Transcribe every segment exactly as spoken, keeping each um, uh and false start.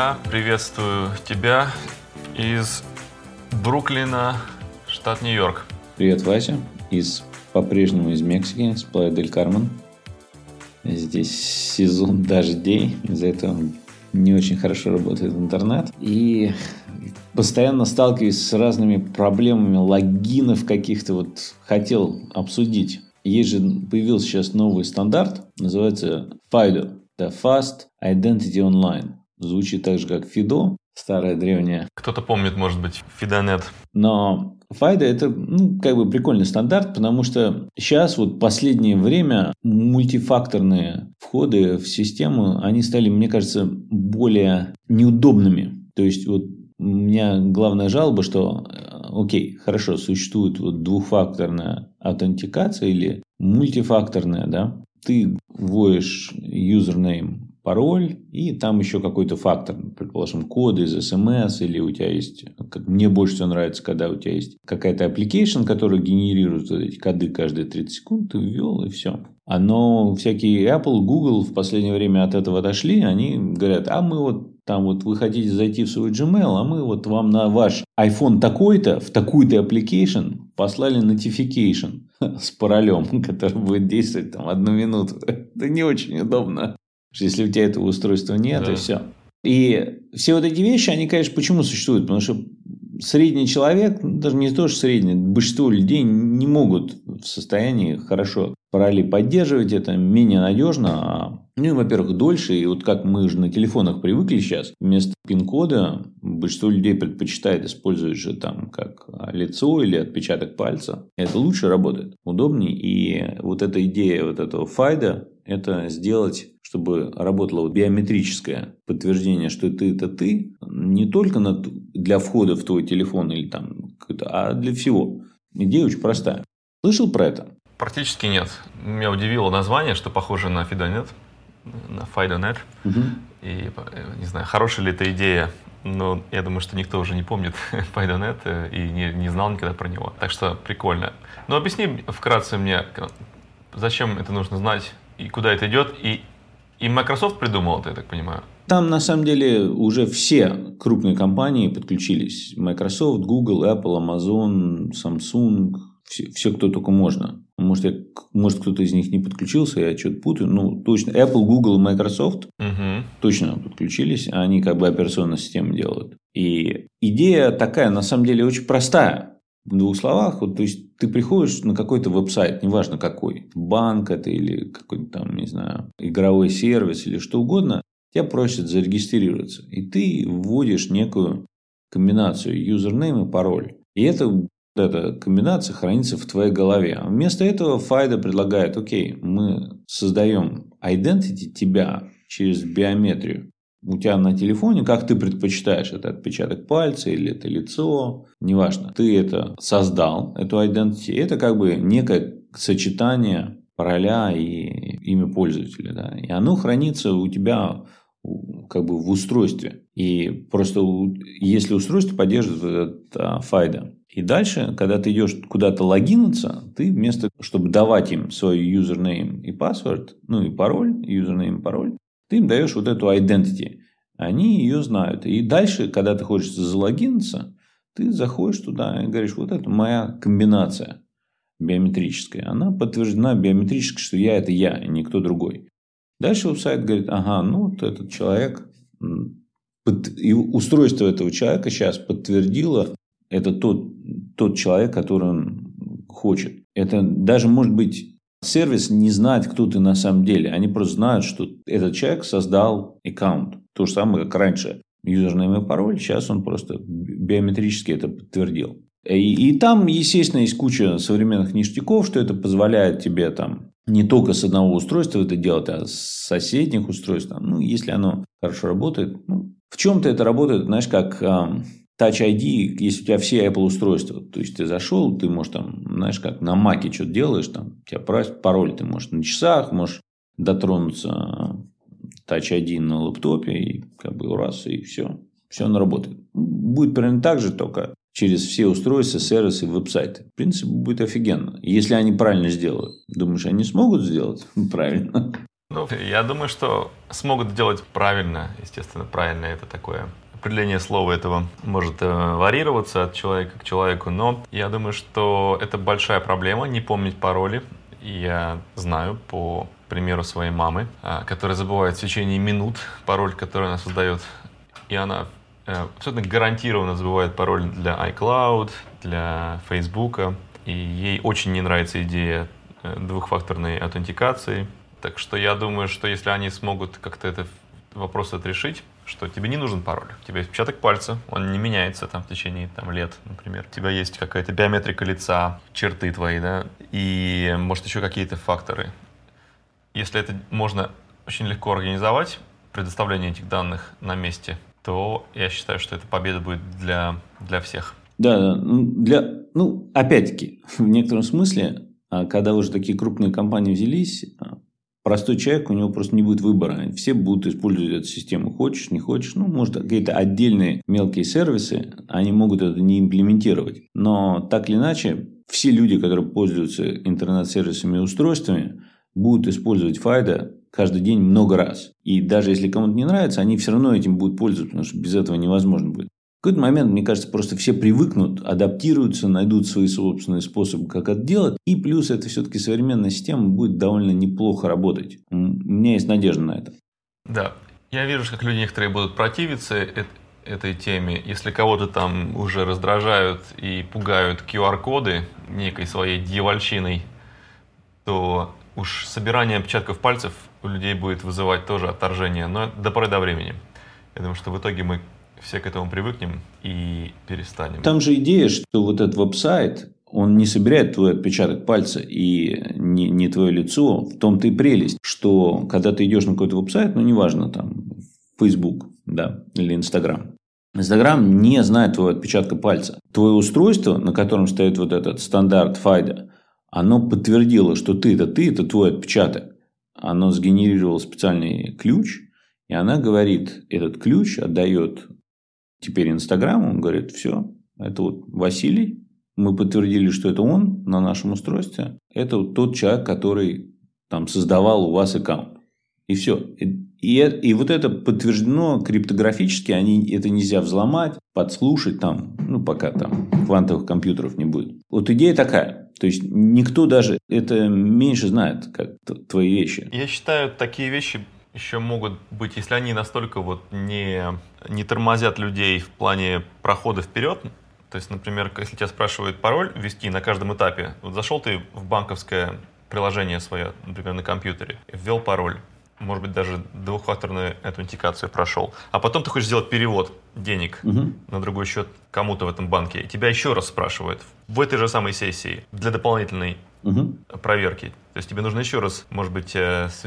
Я приветствую тебя из Бруклина, штат Нью-Йорк. Привет, Вася. Из, по-прежнему из Мексики, с Плая-дель-Кармен. Здесь сезон дождей, из-за этого не очень хорошо работает интернет. И постоянно сталкиваюсь с разными проблемами логинов каких-то. Вот хотел обсудить. Есть же, появился сейчас новый стандарт, называется файдо. Это Fast Identity Online. Звучит так же, как фидо, старая древняя. Кто-то помнит, может быть, фидонет. Но файдо это, ну, как бы прикольный стандарт, потому что сейчас вот последнее время мультифакторные входы в систему, они стали, мне кажется, более неудобными. То есть, вот у меня главная жалоба, что, окей, хорошо, существует вот двухфакторная аутентикация или мультифакторная, да, ты вводишь юзернейм, пароль, и там еще какой-то фактор, предположим, коды из эс эм эс, или у тебя есть, как мне больше всего нравится, когда у тебя есть какая-то application, которая генерирует эти коды каждые тридцать секунд, ты ввел, и все. Но всякие Apple, Google в последнее время от этого отошли, они говорят, а мы вот там вот вы хотите зайти в свой Gmail, а мы вот вам на ваш iPhone такой-то, в такую-то application послали notification с паролем, который будет действовать там одну минуту. Это не очень удобно. Если у тебя этого устройства нет, да. И все. И все вот эти вещи, они, конечно, почему существуют? Потому что средний человек, даже не то, что средний, большинство людей не могут в состоянии хорошо пароли поддерживать. Это менее надежно. А, ну, и, во-первых, дольше. И вот как мы же на телефонах привыкли сейчас, вместо пин-кода большинство людей предпочитает использовать же там как лицо или отпечаток пальца. Это лучше работает, удобнее. И вот эта идея вот этого файда, это сделать, чтобы работало биометрическое подтверждение, что ты это ты, не только на, для входа в твой телефон, или там, а для всего. Идея очень простая. Слышал про это? Практически нет. Меня удивило название, что похоже на фидонет, на файдонет. Угу. И не знаю, хорошая ли эта идея, но я думаю, что никто уже не помнит файдонет и не, не знал никогда про него. Так что прикольно. Но объясни вкратце мне, зачем это нужно знать и куда это идет, и И Microsoft придумал это, я так понимаю? Там, на самом деле, уже все крупные компании подключились. Microsoft, Google, Apple, Amazon, Samsung. Все, все кто только можно. Может, я, может, кто-то из них не подключился, я что-то путаю. Ну, точно. Apple, Google и Microsoft угу. точно подключились. Они как бы операционную систему делают. И идея такая, на самом деле, очень простая. В двух словах, вот, то есть ты приходишь на какой-то веб-сайт, неважно какой, банк это или какой-то там, не знаю, игровой сервис или что угодно, тебя просят зарегистрироваться. И ты вводишь некую комбинацию юзернейм и пароль. И это, эта комбинация хранится в твоей голове. А вместо этого файдо предлагает, окей, мы создаем identity тебя через биометрию. У тебя на телефоне, как ты предпочитаешь, это отпечаток пальца или это лицо, неважно. Ты это создал, эту identity. Это как бы некое сочетание пароля и имя пользователя. Да? И оно хранится у тебя как бы в устройстве. И просто если устройство поддерживает этот файдо. И дальше, когда ты идешь куда-то логиниться, ты вместо, чтобы давать им свой юзернейм и паспорт, ну и пароль, юзернейм и пароль, ты им даешь вот эту identity. Они ее знают. И дальше, когда ты хочешь залогиниться, ты заходишь туда и говоришь, вот это моя комбинация биометрическая. Она подтверждена биометрически, что я это я, и никто другой. Дальше веб-сайт говорит, ага, ну вот этот человек, и устройство этого человека сейчас подтвердило, это тот, тот человек, который он хочет. Это даже может быть... Сервис не знает, кто ты на самом деле. Они просто знают, что этот человек создал аккаунт. То же самое, как раньше. Юзернейм и пароль. Сейчас он просто биометрически это подтвердил. И, и там, естественно, есть куча современных ништяков, что это позволяет тебе там не только с одного устройства это делать, а с соседних устройств. Ну, если оно хорошо работает. Ну, в чем-то это работает, знаешь, как... Touch ай ди, если у тебя все Apple устройства, то есть ты зашел, ты можешь там, знаешь, как на Маке что-то делаешь, там тебя просят пароль, ты можешь на часах, можешь дотронуться Touch ай ди на лэптопе, и как бы раз, и все. Все оно работает. Будет примерно так же, только через все устройства, сервисы, веб-сайты. В принципе, будет офигенно. Если они правильно сделают. Думаешь, они смогут сделать правильно? Ну, я думаю, что смогут сделать правильно, естественно, правильно это такое. Определение слова этого может э, варьироваться от человека к человеку, но я думаю, что это большая проблема, не помнить пароли. Я знаю по примеру своей мамы, э, которая забывает в течение минут пароль, который она создает, и она э, абсолютно гарантированно забывает пароль для iCloud, для Facebook, и ей очень не нравится идея э, двухфакторной аутентикации. Так что я думаю, что если они смогут как-то этот вопрос отрешить, что тебе не нужен пароль, у тебя есть отпечаток пальца, он не меняется там в течение там, лет, например. У тебя есть какая-то биометрика лица, черты твои, да, и, может, еще какие-то факторы. Если это можно очень легко организовать, предоставление этих данных на месте, то я считаю, что эта победа будет для, для всех. Да, для, ну, опять-таки, в некотором смысле, когда уже такие крупные компании взялись, простой человек, у него просто не будет выбора. Все будут использовать эту систему. Хочешь, не хочешь. Ну, может, какие-то отдельные мелкие сервисы, они могут это не имплементировать. Но так или иначе, все люди, которые пользуются интернет-сервисами и устройствами, будут использовать FIDO каждый день много раз. И даже если кому-то не нравится, они все равно этим будут пользоваться, потому что без этого невозможно будет. В какой-то момент, мне кажется, просто все привыкнут, адаптируются, найдут свои собственные способы, как это делать. И плюс это все-таки современная система будет довольно неплохо работать. У меня есть надежда на это. Да, я вижу, как люди некоторые будут противиться этой теме. Если кого-то там уже раздражают и пугают ку ар-коды некой своей дьявольщиной, то уж собирание отпечатков пальцев у людей будет вызывать тоже отторжение, но до поры до времени. Я думаю, что в итоге мы все к этому привыкнем и перестанем. Там же идея, что вот этот веб-сайт, он не собирает твой отпечаток пальца и не, не твое лицо. В том-то и прелесть, что когда ты идешь на какой-то веб-сайт, ну, неважно, там, Facebook, да, или Instagram. Инстаграм не знает твоего отпечатка пальца. Твое устройство, на котором стоит вот этот стандарт FIDO, оно подтвердило, что ты это ты, это твой отпечаток. Оно сгенерировало специальный ключ, и она говорит, этот ключ отдает теперь Инстаграм, он говорит, все, это вот Василий, мы подтвердили, что это он на нашем устройстве, это вот тот человек, который там создавал у вас аккаунт. И все. И, и, и вот это подтверждено криптографически, они, это нельзя взломать, подслушать там, ну, пока там квантовых компьютеров не будет. Вот идея такая. То есть, никто даже это меньше знает, как твои вещи. Я считаю, такие вещи еще могут быть, если они настолько вот не, не тормозят людей в плане прохода вперед. То есть, например, если тебя спрашивают пароль ввести на каждом этапе, вот зашел ты в банковское приложение свое, например, на компьютере, ввел пароль, может быть, даже двухфакторную аутентикацию прошел, а потом ты хочешь сделать перевод денег угу. на другой счет кому-то в этом банке, и тебя еще раз спрашивают в этой же самой сессии для дополнительной угу. проверки. То есть тебе нужно еще раз, может быть,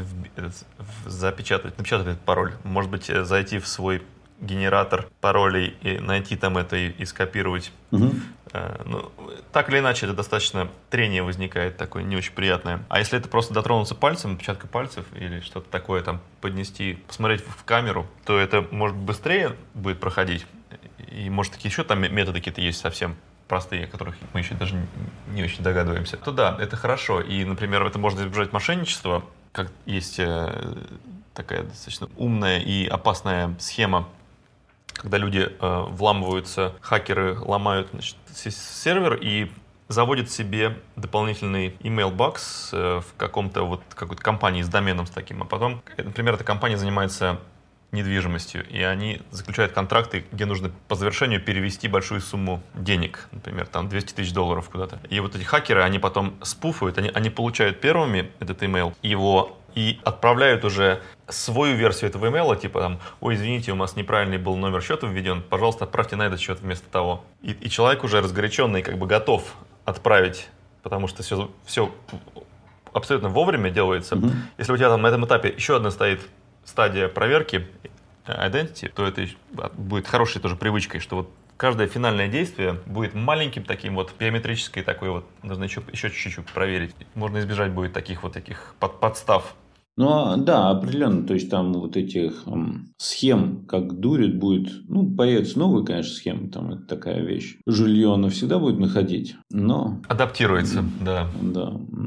запечатать, напечатать этот пароль, может быть, зайти в свой генератор паролей и найти там это и, и скопировать. Угу. Ну, так или иначе, это достаточно трение возникает такое не очень приятное. А если это просто дотронуться пальцем, отпечатка пальцев или что-то такое там поднести, посмотреть в камеру, то это может быстрее будет проходить. И может такие еще там методы какие-то есть совсем простые, о которых мы еще даже не очень догадываемся. То да, это хорошо. И, например, это можно избежать мошенничества, как есть такая достаточно умная и опасная схема, когда люди э, вламываются, хакеры ломают, значит, сервер и заводят себе дополнительный email-бокс э, в каком-то вот какой-то компании с доменом с таким. А потом, например, эта компания занимается недвижимостью, и они заключают контракты, где нужно по завершению перевести большую сумму денег, например, там двести тысяч долларов куда-то. И вот эти хакеры, они потом спуфуют, они, они получают первыми этот email, его и отправляют уже свою версию этого имейла, типа там, ой, извините, у нас неправильный был номер счета введен, пожалуйста, отправьте на этот счет вместо того. И, и человек уже разгоряченный, как бы готов отправить, потому что все, все абсолютно вовремя делается. Mm-hmm. Если у тебя там на этом этапе еще одна стоит стадия проверки identity, то это будет хорошей тоже привычкой, что вот каждое финальное действие будет маленьким таким вот биометрической такой вот, нужно еще, еще чуть-чуть проверить. Можно избежать будет таких вот таких под, подстав. Ну, да, определенно. То есть, там вот этих эм, схем, как дурит, будет... Ну, появятся новые, конечно, схемы. Там это такая вещь. Жилье оно всегда будет находить, но... Адаптируется, да. Да, но...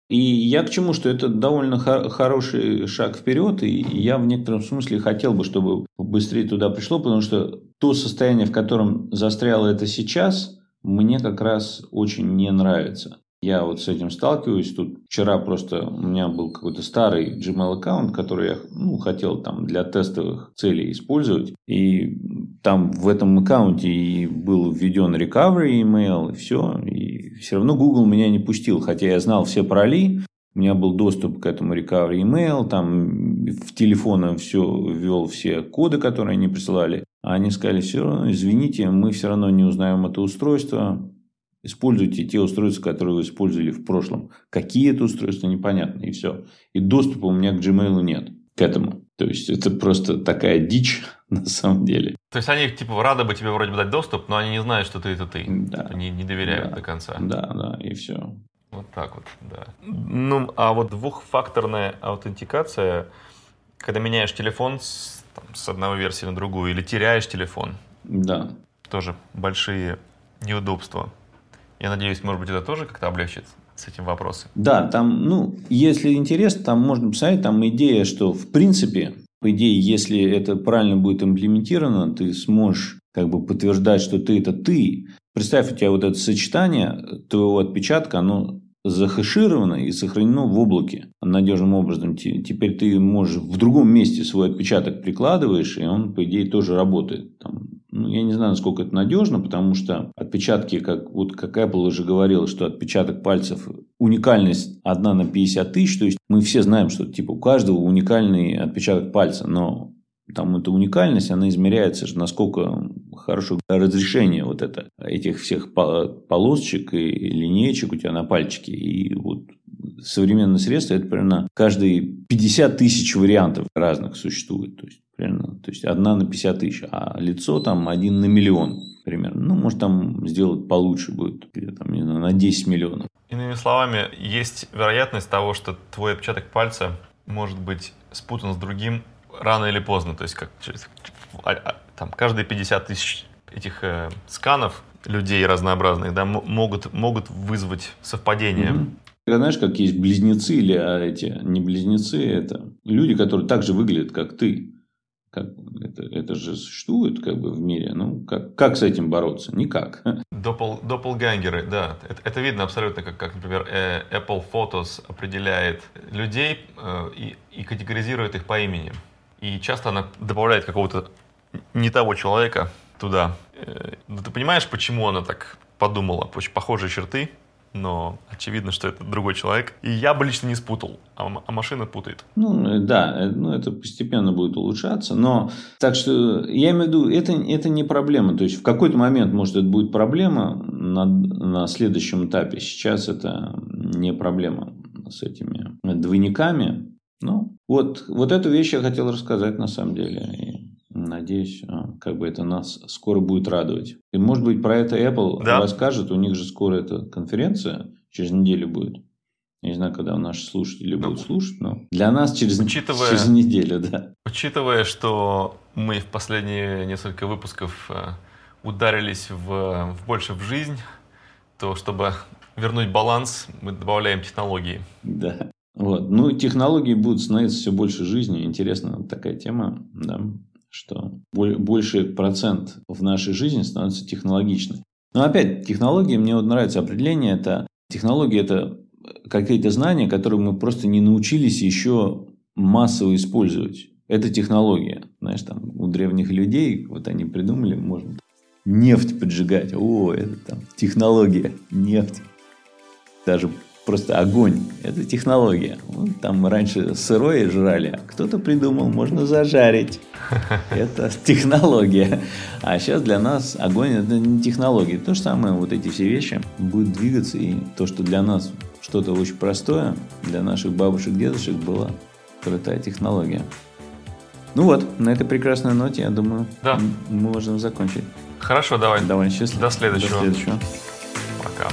И я к чему, что это довольно хор- хороший шаг вперед, и я в некотором смысле хотел бы, чтобы быстрее туда пришло, потому что то состояние, в котором застряло это сейчас, мне как раз очень не нравится. Я вот с этим сталкиваюсь. Тут вчера просто у меня был какой-то старый Gmail аккаунт, который я ну, хотел там для тестовых целей использовать. И там в этом аккаунте и был введен recovery email, и все. И все равно Google меня не пустил. Хотя я знал все пароли. У меня был доступ к этому recovery email. Там в телефоне все ввел все коды, которые они присылали. А они сказали, все равно, извините, мы все равно не узнаем это устройство. Используйте те устройства, которые вы использовали в прошлом. Какие это устройства, непонятно. И все. И доступа у меня к Gmail нет. К этому. То есть, это просто такая дичь на самом деле. То есть, они типа рады бы тебе вроде бы дать доступ, но они не знают, что ты это ты. Да. Они не доверяют Да. до конца. Да, да, и все. Вот так вот, да. Ну, а вот двухфакторная аутентикация, когда меняешь телефон с, там, с одной версии на другую или теряешь телефон, Да. тоже большие неудобства. Я надеюсь, может быть, это тоже как-то облегчит с этим вопросом. Да, там, ну, если интересно, там можно посмотреть, там идея, что в принципе, по идее, если это правильно будет имплементировано, ты сможешь как бы подтверждать, что ты это ты. Представь, у тебя вот это сочетание твоего отпечатка, оно захэшировано и сохранено в облаке надежным образом. Теперь ты можешь в другом месте свой отпечаток прикладываешь, и он, по идее, тоже работает. Там, ну, я не знаю, насколько это надежно, потому что отпечатки, как, вот, как Apple уже говорил, что отпечаток пальцев уникальность одна на пятьдесят тысяч. То есть, мы все знаем, что типа у каждого уникальный отпечаток пальца, но там эта уникальность, она измеряется, насколько хорошо разрешение вот это, этих всех полосочек и линеечек у тебя на пальчике. И вот современные средства, это примерно каждые пятьдесят тысяч вариантов разных существует. То есть, примерно, то есть, одна на пятьдесят тысяч, а лицо там один на миллион примерно. Ну, может, там сделать получше будет, там, не знаю, на десять миллионов. Иными словами, есть вероятность того, что твой отпечаток пальца может быть спутан с другим рано или поздно. То есть, как, там, каждые пятьдесят тысяч этих э, сканов людей разнообразных, да, могут, могут вызвать совпадение. Угу. Знаешь, как есть близнецы или а эти не близнецы, это люди, которые так же выглядят, как ты. Как, это, это же существует как бы в мире. Ну, как, как с этим бороться? Никак. Доппел, доппелгангеры, да. Это, это видно абсолютно, как, как например, Apple Photos определяет людей э, и, и категоризирует их по имени. И часто она добавляет какого-то не того человека туда. Но ты понимаешь, почему она так подумала? Очень похожие черты, но очевидно, что это другой человек. И я бы лично не спутал, а, а машина путает. Ну, да, ну, это постепенно будет улучшаться. Но так что, я имею в виду, это, это не проблема. То есть, в какой-то момент, может, это будет проблема на, на следующем этапе. Сейчас это не проблема с этими двойниками. Ну, вот, вот эту вещь я хотел рассказать на самом деле. И надеюсь, как бы это нас скоро будет радовать. И, может быть, про это Apple да. расскажет. У них же скоро эта конференция через неделю будет. Я не знаю, когда наши слушатели будут ну, слушать, но для нас через, учитывая, через неделю, да. Учитывая, что мы в последние несколько выпусков ударились в, в больше в жизнь, то чтобы вернуть баланс, мы добавляем технологии. Да. Вот. Ну, технологии будут становиться все больше жизнью. Интересная такая тема, да, что больше процент в нашей жизни становится технологичной. Но опять, технологии, мне вот нравится определение, это технологии, это какие-то знания, которые мы просто не научились еще массово использовать. Это технология. Знаешь, там у древних людей, вот они придумали, можно нефть поджигать. О, это там технология, нефть. Даже просто огонь. Это технология. Вот там мы раньше сырое жрали, а кто-то придумал, можно зажарить. Это технология. А сейчас для нас огонь – это не технология. То же самое, вот эти все вещи будут двигаться. И то, что для нас что-то очень простое, для наших бабушек, дедушек была крутая технология. Ну вот, на этой прекрасной ноте, я думаю, да. мы можем закончить. Хорошо, давай. Давай, счастливо. До следующего. До следующего. Пока.